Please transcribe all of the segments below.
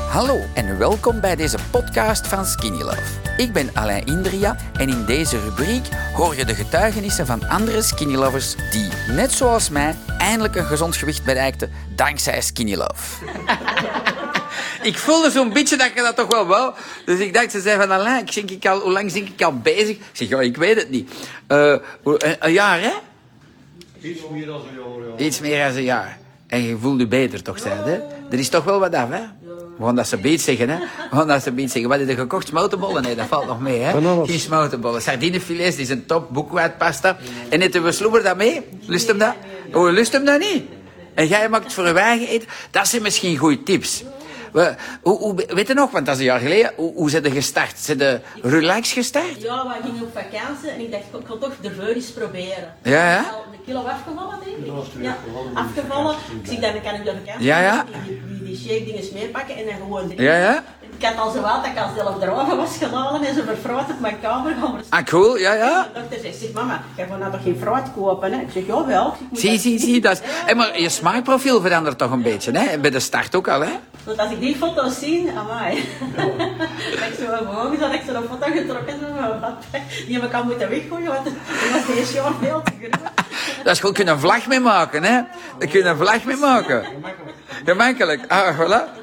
Hallo en welkom bij deze podcast van Skinny Love. Ik ben Alain Indria en in deze rubriek hoor je de getuigenissen van andere Skinny Lovers die, net zoals mij, eindelijk een gezond gewicht bereikten dankzij Skinny Love. Ik voelde zo'n beetje dat je dat toch wel wou. Dus ik dacht, ze zei van Alain, hoe lang ben ik al bezig? Ik zeg, ja, ik weet het niet. Een jaar, hè? Iets meer dan een jaar, ja. Iets meer dan een jaar. En je voelt je beter, toch, zei hè? Er is toch wel wat af, hè? We gaan dat ze beet zeggen, hè? Wat heb je gekocht? Smoutenbollen? Nee, dat valt nog mee, hè? Geen smoutenbollen. Sardinefilets, die zijn top. Boekwijdpasta. En eten we sloeber dat mee? Lust hem dat? Oh, lust hem dat niet? En jij maakt het voor je eigen eten? Dat zijn misschien goede tips. Weet je nog, want dat is een jaar geleden, hoe zijn ze gestart? Zijn de relax gestart? Ja, we gingen op vakantie en ik dacht, ik wil toch de veur eens proberen. Ja, ja? Ik ben al een kilo afgevallen, denk ik. Ja, afgevallen. Ik zeg, dan kan ik de vakantie Ja, ja. die shake dingen meepakken en dan gewoon drinken. Ja, ja? Ik had al zo wat dat ik al zelf erover was gedaan en zo voor fruit op mijn kamer gaan. Ah, cool, ja, ja. De dokter zegt, mama, jij gaat nou toch geen fruit kopen, hè? Ik zeg, ja, wel. Zie, dat is... Hey, maar je smaakprofiel verandert toch een beetje, hè? Bij de start ook al, hè? Want als ik die foto's zie, amai. Dat ik zo gewoon dat ik zo'n foto getrokken heb, die heb ik al moeten weggooien, want dat was deze jaar veel te groot. Dat is goed, kun je een vlag mee maken, hè? Daar kun je een vlag mee maken. Gemakkelijk. Ah, voilà.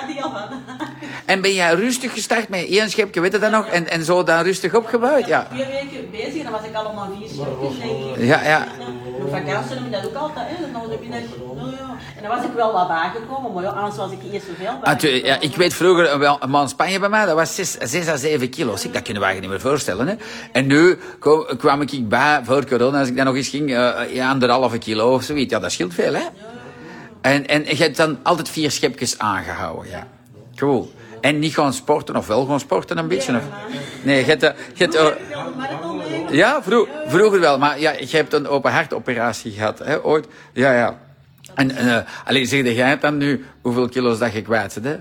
En ben jij rustig gestart met één schepje, weet je dat nog? En zo dan rustig opgebouwd? Ja. 2 weken bezig en dan was ik allemaal 4 schepjes, denk ik. Ja, ja. Op vakantie noem je dat ook altijd, hè? Dan heb je net, ja. En dan was ik wel wat bijgekomen, maar ja, anders was ik eerst zoveel bij. Ja, ik weet vroeger, een maand Spanje bij mij, dat was 6 à 7 kilo. Dat kunnen we eigenlijk niet meer voorstellen, hè? En nu kwam ik bij, voor corona, als ik dan nog eens ging, 1,5 kilo of zoiets. Ja, dat scheelt veel, hè? En je hebt dan altijd 4 schepjes aangehouden, ja. Cool. En niet gaan sporten, of wel gaan sporten een beetje? Of? Nee, je hebt ja, vroeger wel. Maar ja, je hebt een open hartoperatie gehad, hè, ooit. Ja, ja. En alleen zeg jij het dan nu, hoeveel kilo's dat je kwijt zit, hè?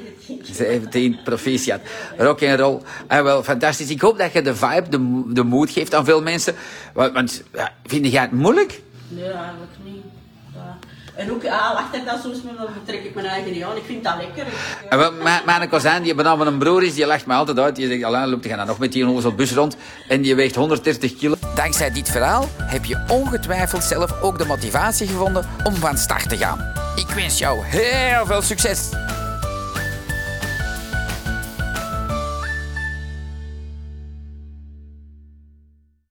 17, proficiat. Rock and roll. Wel, fantastisch. Ik hoop dat je de vibe, de moed geeft aan veel mensen. Want ja, vind jij het moeilijk? Nee, eigenlijk niet. Ja. En ook achter dat soms trek ik mijn eigen niet aan. Ik vind dat lekker. Mijn cousin, die bijna een broer is, die lacht me altijd uit. Die zegt, Alain, loopt je nog met die ongezel bus rond en die weegt 130 kilo. Dankzij dit verhaal heb je ongetwijfeld zelf ook de motivatie gevonden om van start te gaan. Ik wens jou heel veel succes.